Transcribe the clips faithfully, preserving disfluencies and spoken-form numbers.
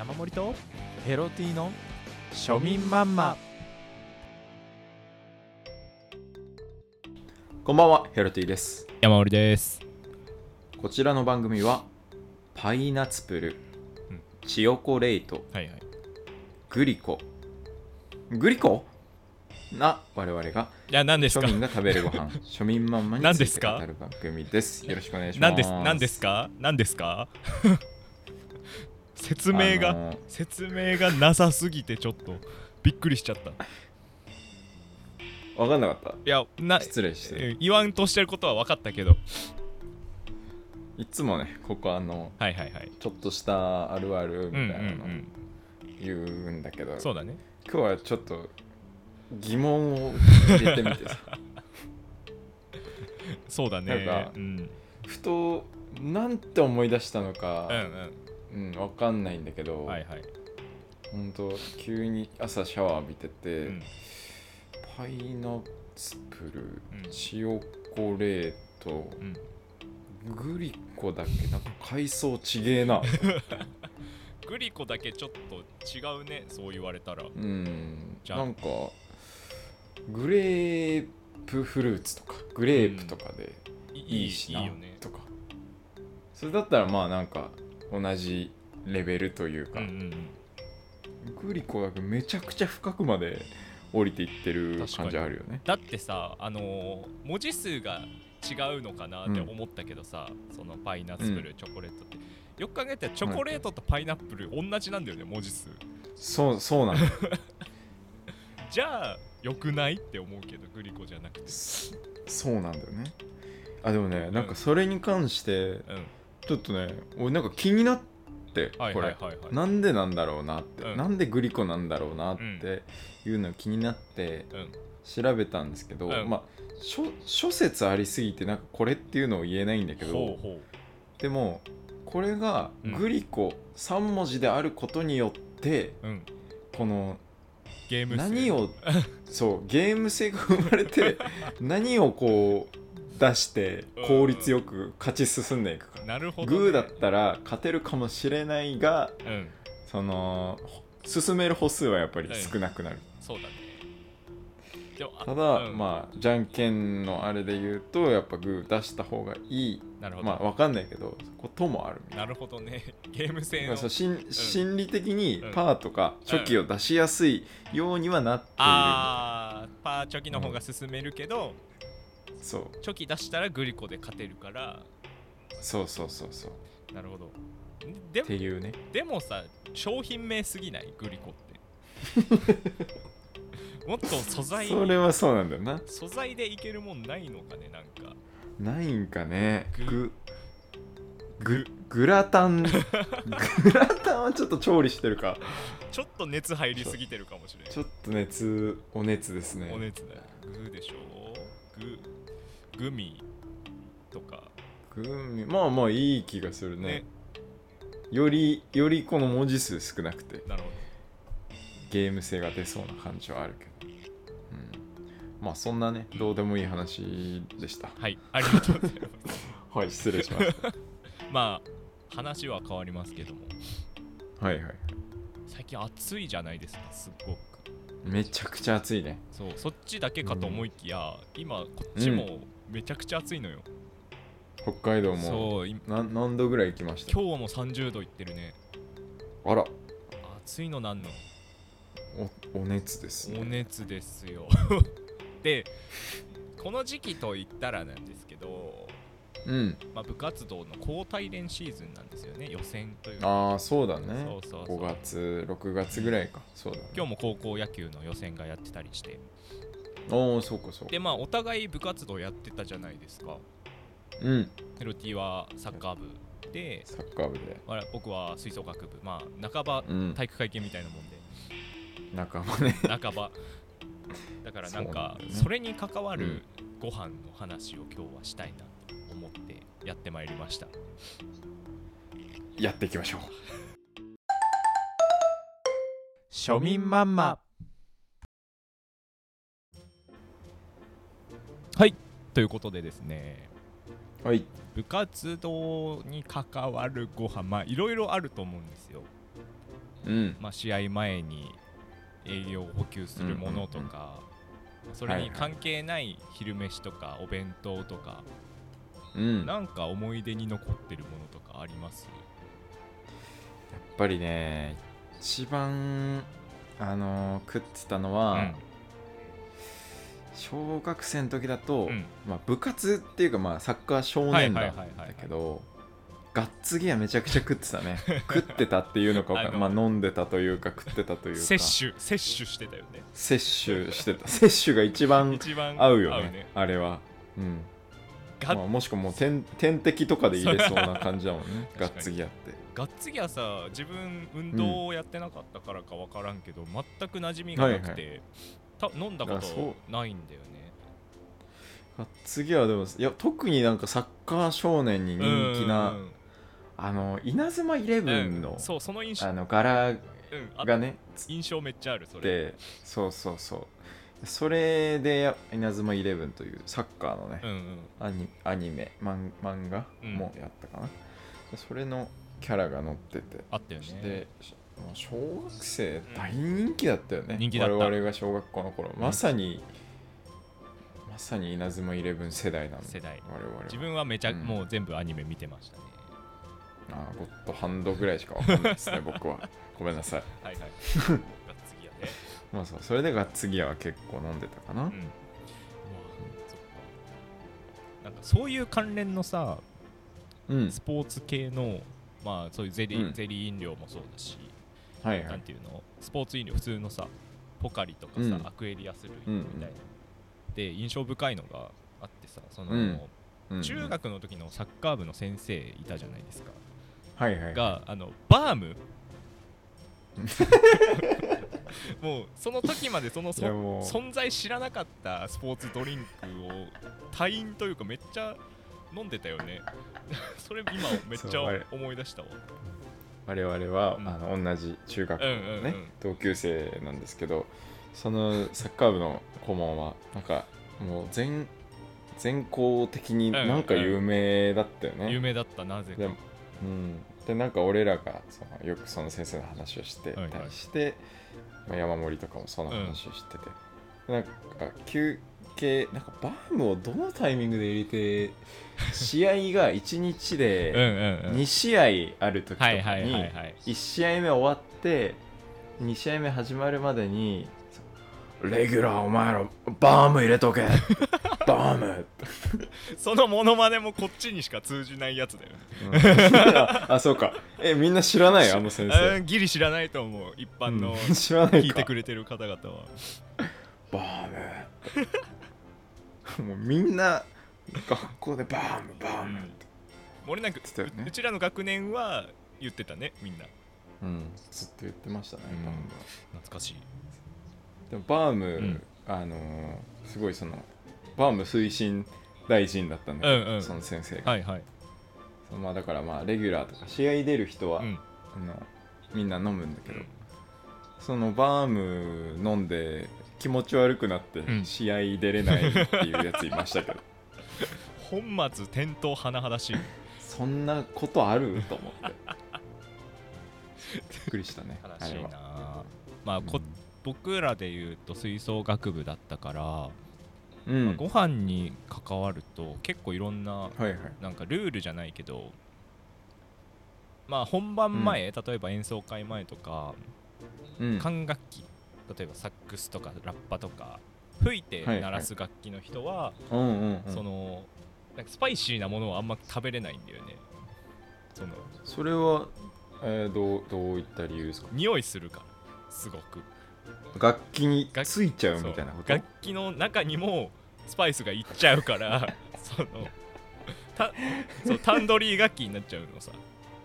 山盛りとヘロティの庶民マンマ。 こんばんは、ヘロティです。 山盛りです。 こちらの番組はパイナツプル、うん、チヨコレート、 はいはい、 グリコグリコな我々がいや何ですか庶民が食べるご飯庶民マンマについて語る番組です。よろしくお願いします。 何です何ですか何ですか説明が、あのー、説明がなさすぎてちょっとびっくりしちゃった。 分かんなかった。 いやな失礼して言わんとしてることは分かったけど、 いつもねここあの、 はいはいはい、 ちょっとしたあるあるみたいなの言うんだけど、 うんうんうん、そうだね、 今日はちょっと疑問を入れてみてさそうだね、 なんか、うん、ふとなんて思い出したのか、うんうんうん、分かんないんだけど、 はいはい、 ほんと急に朝シャワー浴びてて、うん、パイナツプル、うん、チヨコレート、うん、グリコだけなんか海藻ちげえなグリコだけちょっと違うね、そう言われたら。 うんなんかグレープフルーツとかグレープとかでいいしな、うん、いいいいよね、とかそれだったらまあなんか同じレベルというか、うんうんうん、グリコだけめちゃくちゃ深くまで降りていってる感じあるよね。 だってさ、あのー、文字数が違うのかなって思ったけどさ、うん、そのパイナッツプル、うん、チョコレートってよく考えたらチョコレートとパイナップル同じなんだよね、文字数。 そうそうなんだじゃあよくないって思うけど、グリコじゃなくて。 そうなんだよね。あでもね、なんかそれに関して、うん、ちょっとね俺なんか気になって、これ、はいはいはいはい、なんでなんだろうなって、うん、なんでグリコなんだろうなっていうの気になって調べたんですけど、うん、まあ諸、諸説ありすぎてなんかこれっていうのを言えないんだけど、ほうほう、でもこれがグリコさん文字であることによって、うん、このゲーム性何をそうゲーム性が生まれて何をこう出して効率よく勝ち進んでいくか。 なるほど、ね、 グーだったら勝てるかもしれないが、うん、その進める歩数はやっぱり少なくなる、 うん、そうだね。 でもただ、うん、まあじゃんけんのあれで言うとやっぱグー出した方がいい。なるほど、まあ分かんないけどこともあるみたいな。 なるほどね、ゲーム性のそう、心、うん、心理的にパーとかチョキを出しやすいようにはなっている、うん、 あーパーチョキの方が進めるけど、 うん、そうチョキ出したらグリコで勝てるから。 そうそうそうそう、 なるほど。でっていうね。 でもさ、商品名すぎない？グリコってもっと素材、 それはそうなんだよな。 素材でいけるもんないのかね。なんかないんかね。グググラタングラタンはちょっと調理してるか。 ちょっと熱入りすぎてるかもしれない。 ちょっと熱お熱ですね。 お熱だよ。グでしょ。ググミとか。 グミまあまあいい気がする ね, ねよりよりこの文字数少なくて、なるほど、ゲーム性が出そうな感じはあるけど、うん、まあそんなねどうでもいい話でした。 はい、ありがとうございますはい、失礼しましたまあ話は変わりますけども、 はいはい、 最近暑いじゃないですか。すっごくめちゃくちゃ暑いね。 そう、そっちだけかと思いきや、うん、今こっちもめちゃくちゃ暑いのよ、 うん、北海道もそうな何度ぐらい行きました？ 今日もさんじゅうどいってるね。 あら、 暑いのなんのお, お熱ですね。 お熱ですよでこの時期と言ったらなんですけど、うんまあ、部活動の交代練シーズンなんですよね。予選というか。 ああそうだね。 そうそうそう、 ごがつろくがつぐらいか、そうだね。 今日も高校野球の予選がやってたりして、 おおそうかそうか。 でまあお互い部活動やってたじゃないですか。 うん。 ヘロティはサッカー部で、 サッカー部で、 僕は吹奏楽部、まあ半ば体育会系みたいなもんで、 うん、半ばね半ばだからなんか そ, ね、それに関わるご飯の話を今日はしたいなと思ってやってまいりました。 やっていきましょう庶民マンマ。はいということでですね、 はい、 部活動に関わるご飯、まあいろいろあると思うんですよ。 うんまあ、試合前に栄養補給するものとか、うんうんうん、それに関係ない昼飯とかお弁当とか、 うん、 なんか思い出に残ってるものとかあります？ やっぱりね、一番あのー、食ってたのは、うん、小学生の時だと、うんまあ、部活っていうか、まあ、サッカー少年団だけど、ガッツギアめちゃくちゃ食ってたね食ってたっていうのか、まあ、飲んでたというか食ってたというか摂取摂取してたよね。 摂取してた摂取が一番合うよ ね, ねあれは、うんまあ、もしくはもう点点滴とかで入れそうな感じだもんねガッツギアってガッツギアさ、自分運動をやってなかったからか分からんけど、うん、全く馴染みがなくて、はいはい、た飲んだことないんだよね。 ガッツギアはでもいや特になんかサッカー少年に人気な、あの稲妻イレブンの、うん、そうその印象あの柄がね、 うん、印象めっちゃあるそれで、そうそうそうそれで稲妻イレブンというサッカーのね、うんうん、ア, ニアニメ漫画もやったかな、うん、それのキャラが載っててあったよね。 で小学生大人気だったよね、うん、 人気だった。 我々が小学校の頃、まさに、うん、まさに稲妻イレブン世代なんで、 世代我々は自分はめちゃ、うん、もう全部アニメ見てましたね。 ああゴッドハンドぐらいしかわかんないですね僕はごめんなさい。 はいはいガッツギアねまあそうそれでガッツギアは結構飲んでたかな、うん、 うん、そっか。なんかそういう関連のさ、うん、スポーツ系のまあそういうゼリー、うん、ゼリー飲料もそうだし、はいはい、なんていうのスポーツ飲料普通のさポカリとかさ、うん、アクエリアス類みたいな、うん、で印象深いのがあってさ、その、うん、中学の時のサッカー部の先生いたじゃないですか、 はいはい、 があのバームもうその時までそのそ存在知らなかったスポーツドリンクを隊員というかめっちゃ飲んでたよねそれ今めっちゃ思い出したわ。 我々は、うん、あの同じ中学校のね、うんうんうん、同級生なんですけど、そのサッカー部の顧問はなんかもう全全校的になんか有名だったよね、うんうん、 有名だったなぜか。 で、うん、でなんか俺らがそのよくその先生の話をしてたりして、はいはい、まあ、山盛りとかもその話をしてて、うん、なんか休憩なんかバームをどのタイミングで入れて試合がいちにちでに試合ある時とかにいち試合目終わってに試合目始まるまでにレギュラーお前らバーム入れとけバームそのモノマネもこっちにしか通じないやつだよね、 うん、あ, あそうかえみんな知らないあの先生ギリ知らないと思う一般の、 うん、知らない聞いてくれてる方々はバームもうみんな学校でバームバームって、 うん、俺なんか う, ね、うちらの学年は言ってたねみんな、 うん、ずっと言ってましたね、うん、バームは懐かしい。 でもバーム、うん、あのー、すごいそのバーム推進大臣だったんだけど、うんうん、その先生が、 はいはい、 そのまあだからまあレギュラーとか試合出る人は、うん、あのみんな飲むんだけど、うん、そのバーム飲んで気持ち悪くなって試合出れないっていうやついましたけど、 うん、本末転倒甚だしいそんなことあると思ってびっくりしたね。 悲しいな。まあこ、うん、僕らでいうと吹奏楽部だったから、うんまあ、ご飯に関わると結構いろんな、はいはい、なんかルールじゃないけど、まあ本番前、うん、例えば演奏会前とか、うん、管楽器例えばサックスとかラッパとか吹いて鳴らす楽器の人は、はいはい、そのなんかスパイシーなものはあんま食べれないんだよね。そのそれは、えー、どう、どういった理由ですか？ 匂いするからすごく楽器についちゃうみたいなこと？ 楽器の中にもスパイスがいっちゃうからそのたそうタンドリー楽器になっちゃうのさ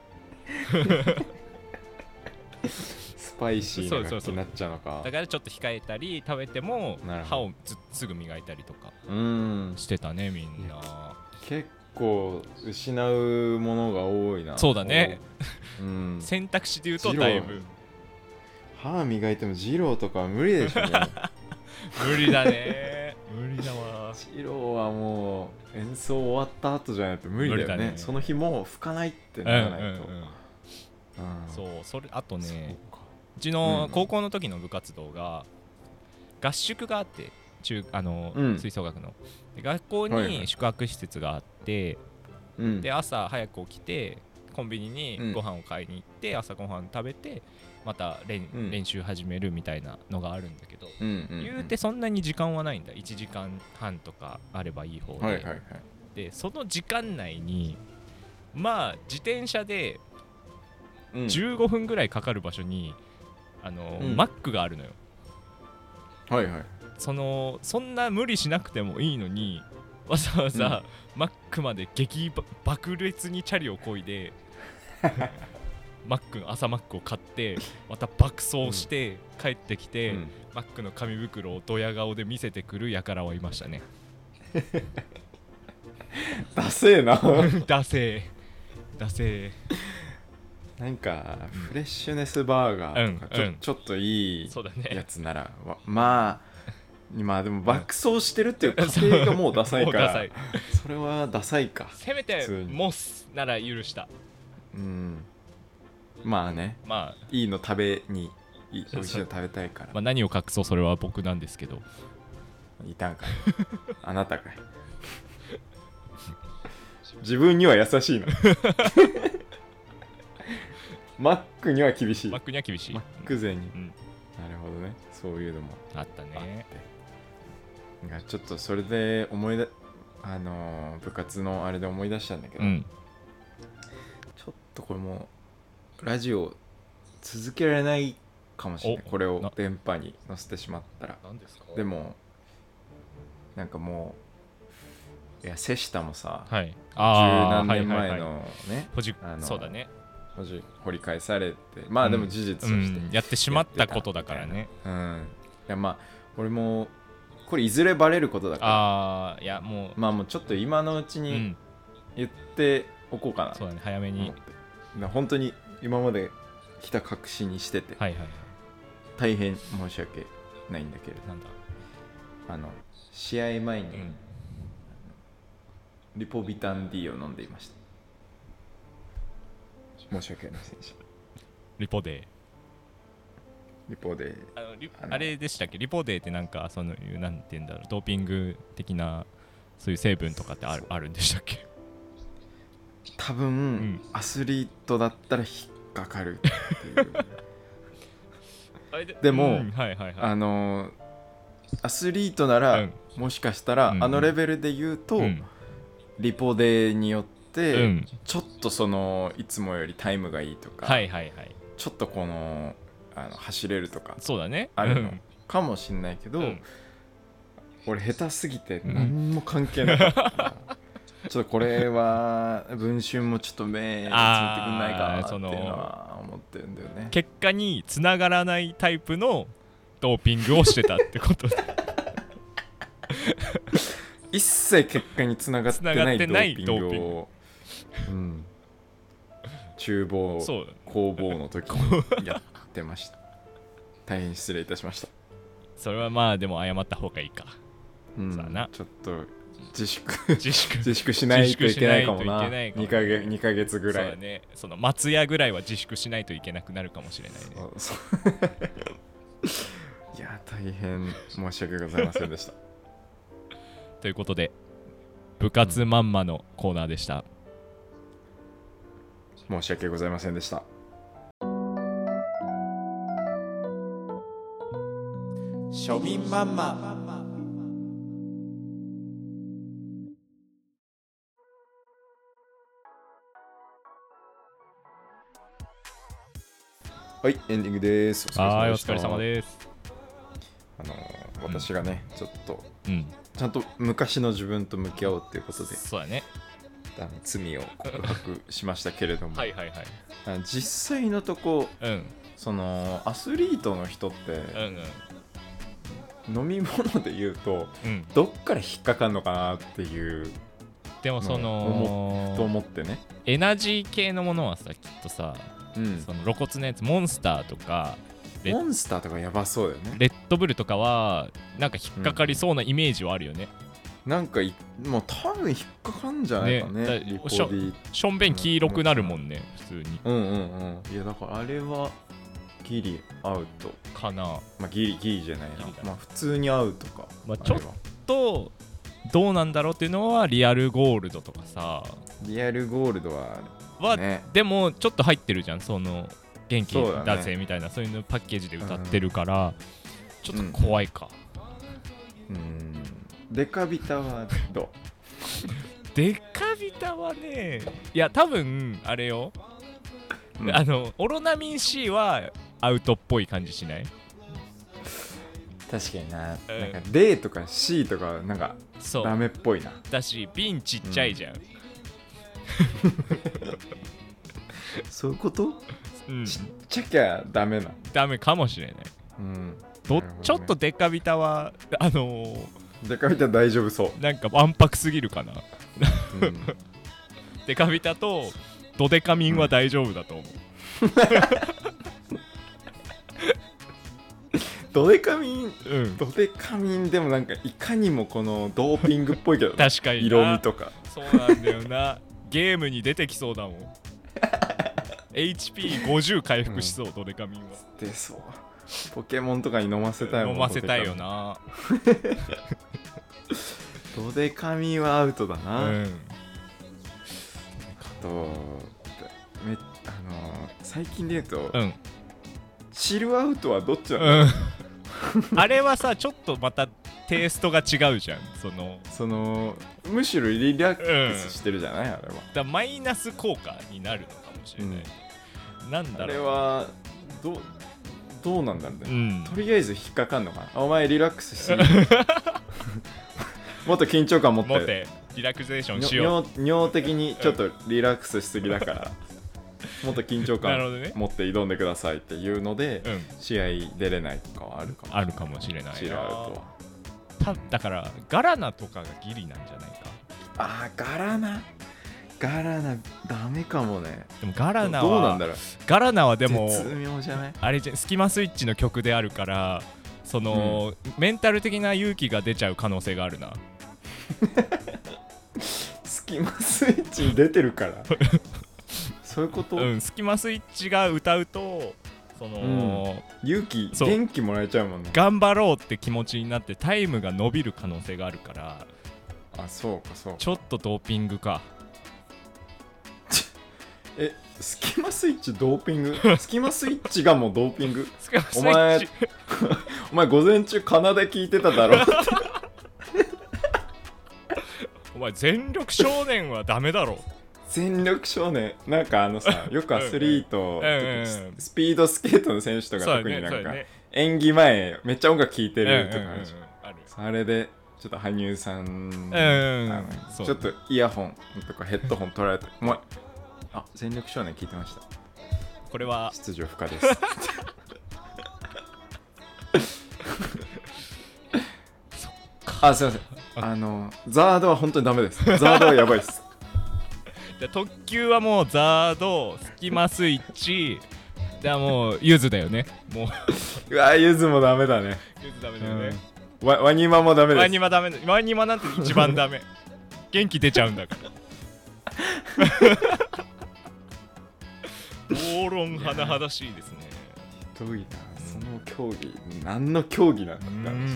スパイシーな楽器になっちゃうのか。そうそうそう、 だからちょっと控えたり食べても歯をずすぐ磨いたりとかしてたねみんな。 結構失うものが多いな。 そうだね、うん、選択肢で言うとだいぶ歯磨いても二郎とかは無理でしょうね無理だね無理だわ。 二郎はもう演奏終わった後じゃないと無理だよ ね, ねその日もう拭かないってならないと、うんうんうんうん、 そうそれあとねうちの高校の時の部活動が合宿があって中あの、うん、吹奏楽の学校に宿泊施設があって、はいはい、で朝早く起きてコンビニにご飯を買いに行って、うん、朝ご飯食べてまた 練,、うん、練習始めるみたいなのがあるんだけど、うんうんうん、言うてそんなに時間はないんだ。いちじかんはんとかあればいい方で、はいはいはい、でその時間内にまあ自転車でじゅうごふんぐらいかかる場所にあの、うん、マックがあるのよ。 はいはい。 そのそんな無理しなくてもいいのにわざわざ、うん、マックまで激爆裂にチャリをこいでマックの朝マックを買ってまた爆走して帰ってきて、うん、マックの紙袋をドヤ顔で見せてくる輩はいましたね。 ダセーな。 ダセーダセーなんかフレッシュネスバーガーとか ちょ,、うん、ちょっといいやつなら、ね、まあ今でも爆走してるっていう過程がもうダサいから、それはダサいか。 せめてモスなら許した。 うん、まあね、まあ、いいの食べに美味しいの食べたいから、 まあ、何を隠そうそれは僕なんですけど。 いたんかいあなたかい。自分には優しいの。マックには厳しい。 マックには厳しい。 マック勢に、うん、なるほどね。そういうのもあったね。 ちょっとそれで思い出あのー、部活のあれで思い出したんだけど、うん、ちょっとこれもラジオ続けられないかもしれない。これを電波に載せてしまったら。 何ですか？ でもなんかもういや瀬下もさ、はい、十何年前のね、 そうだね、 掘り返されて、まあでも事実として、 うんうん、やってしまったことだからね。 うん、いやまあ俺もこれいずれバレることだから、 あ、いやもうまあもうちょっと今のうちに言っておこうかな、うん、 そうだね、早めに。 本当に今まで来た確信にしてて、はいはいはい、大変申し訳ないんだけれど、なんだあの試合前に、うん、リポビタン D を飲んでいました。申し訳ありませんでした。 リポデーリポデーあ, のリあれでしたっけ？リポデーってなんかそのなんて言うんだろう、ドーピング的なそういう成分とかってあ る, あるんでしたっけ？ 多分、うん、アスリートだったら引っかかるっていうで, でも、うんはいはいはい、あのアスリートなら、うん、もしかしたら、うんうん、あのレベルで言うと、うん、リポデーによって、うん、ちょっとそのいつもよりタイムがいいとか、はいはいはい、ちょっとこのあの走れるとかそうだねあるのかもしんないけど、うん、俺下手すぎて何も関係なかったから、うん、ちょっとこれは文春もちょっと目ついてくんないかなっていうのは思ってるんだよね。 結果につながらないタイプのドーピングをしてたってことで一切結果につながってないドーピングを、うん、厨房工房の時にやってました。大変失礼いたしました。 それはまあでも謝った方がいいか、 うん、さあなちょっと自粛自粛自粛しないといけないかもな。にかげつにかげつぐらい。 そうだね、その松屋ぐらいは自粛しないといけなくなるかもしれないね。そうそういや大変申し訳ございませんでした。 ということで部活まんまのコーナーでした、 うん、申し訳ございませんでした。庶民マンマ。はい、エンディングです。 お疲れ様です。 あのー、私がね、うん、ちょっと、うん、ちゃんと昔の自分と向き合おうっていうことで、 そうだね、 あの罪を告白しましたけれどもはいはい、はい、 実際のとこ、うん、そのアスリートの人って、うんうん、飲み物で言うと、うん、どっから引っかかんのかなっていうでもそのと思ってね、 エナジー系のものはさきっとさ、うん、その露骨なやつモンスターとかモンスターとかやばそうだよね。 レッドブルとかはなんか引っかかりそうなイメージはあるよね、 うん、なんかいもう多分引っかかんじゃないかね。リポディしょんべん黄色くなるもんね、うん、普通に。 うんうんうん。いやだからあれはギリアウトかな。 まあギリギリじゃないな、まあ普通にアウトか。 まあちょっとどうなんだろうっていうのはリアルゴールドとかさ。 リアルゴールドはは、 ね、 でもちょっと入ってるじゃん、その元気出せみたいな そう,、ね、そういうのパッケージで歌ってるから、うん、ちょっと怖いか。 うん、うん、デカビタはどう？ デカビタはね、いや多分あれよ、うん、あのオロナミン C はアウトっぽい感じしない？ 確かにな、うん、なんか D とか C とかなんかダメっぽいな。 だし瓶ちっちゃいじゃん、うん、 そういうこと？ うん、 ちっちゃきゃダメな。 ダメかもしれない、うん、ど、ね、ちょっとデカビタはあのー、 デカビタ大丈夫そう。 なんかわんぱくすぎるかな、うん、デカビタとドデカミンは大丈夫だと思う、うんドデカミン、うん、ドデカミンでもなんかいかにもこのドーピングっぽいけど確かに色味とかそうなんだよなゲームに出てきそうだもんエイチピーごじゅう 回復しそう、うん、ドデカミンはでそうポケモンとかに飲ませたいもん。 飲ませたいよなドデカミンはアウトだな、うん、あとめあのー、最近で言うと、うん、チルアウトはどっちなの、うんあれはさちょっとまたテイストが違うじゃん。そのそのむしろリラックスしてるじゃない、うん、あれはだマイナス効果になるのかもしれない、うん、なんだろう、 あれはどうどうなんだろうね、うん、とりあえず引っかかんのかな。お前リラックスしすぎもっと緊張感持って持ってリラクゼーションしよう。尿的にちょっとリラックスしすぎだからもっと緊張感持って挑んでくださいっていうので、ね、うん、試合出れないとかはあるかもあるかもしれないな。 チルアウトはただからガラナとかがギリなんじゃないか。 あーガラナガラナダメかもね。 でもガラナはどうなんだろう。 ガラナはでも絶妙じゃない？ あれじゃスキマスイッチの曲であるからその、うん、メンタル的な勇気が出ちゃう可能性があるなスキマスイッチに出てるからそういうこと？ うん、スキマスイッチが歌うとその、 うん、勇気元気もらえちゃうもんね。 頑張ろうって気持ちになってタイムが伸びる可能性があるから。 あ、そうかそうか。 ちょっとドーピングかえ、スキマスイッチドーピングスキマスイッチがもうドーピングお前お前午前中奏で聞いてただろお前全力少年はダメだろ全力少年なんかあのさよくアスリート、うんうん、スピードスケートの選手とか特になんか、ねね、演技前めっちゃ音楽聴いてるとかあるじゃん。あれでちょっと羽生さん、うんうん、あのちょっとイヤホンとかヘッドホン取られてお前あ全力少年聞いてました。 これは出場不可ですあすいませんあのザードは本当にダメです。ザードはやばいですじゃ特急はもうザードスキマスイッチじゃあもうユズだよね。もううわユズもダメだね。 ユズダメだよね、 うん、ワ, ワニマもダメです。 ワニマダメ。ワニマなんて一番ダメ元気出ちゃうんだから暴論甚だしいですね。 ひどいな、その競技何の競技なんだったんでしょうけど、ま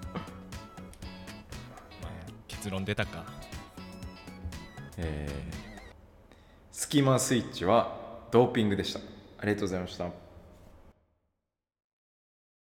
あ、結論出たか。 えー、スキマスイッチはドーピングでした。ありがとうございました。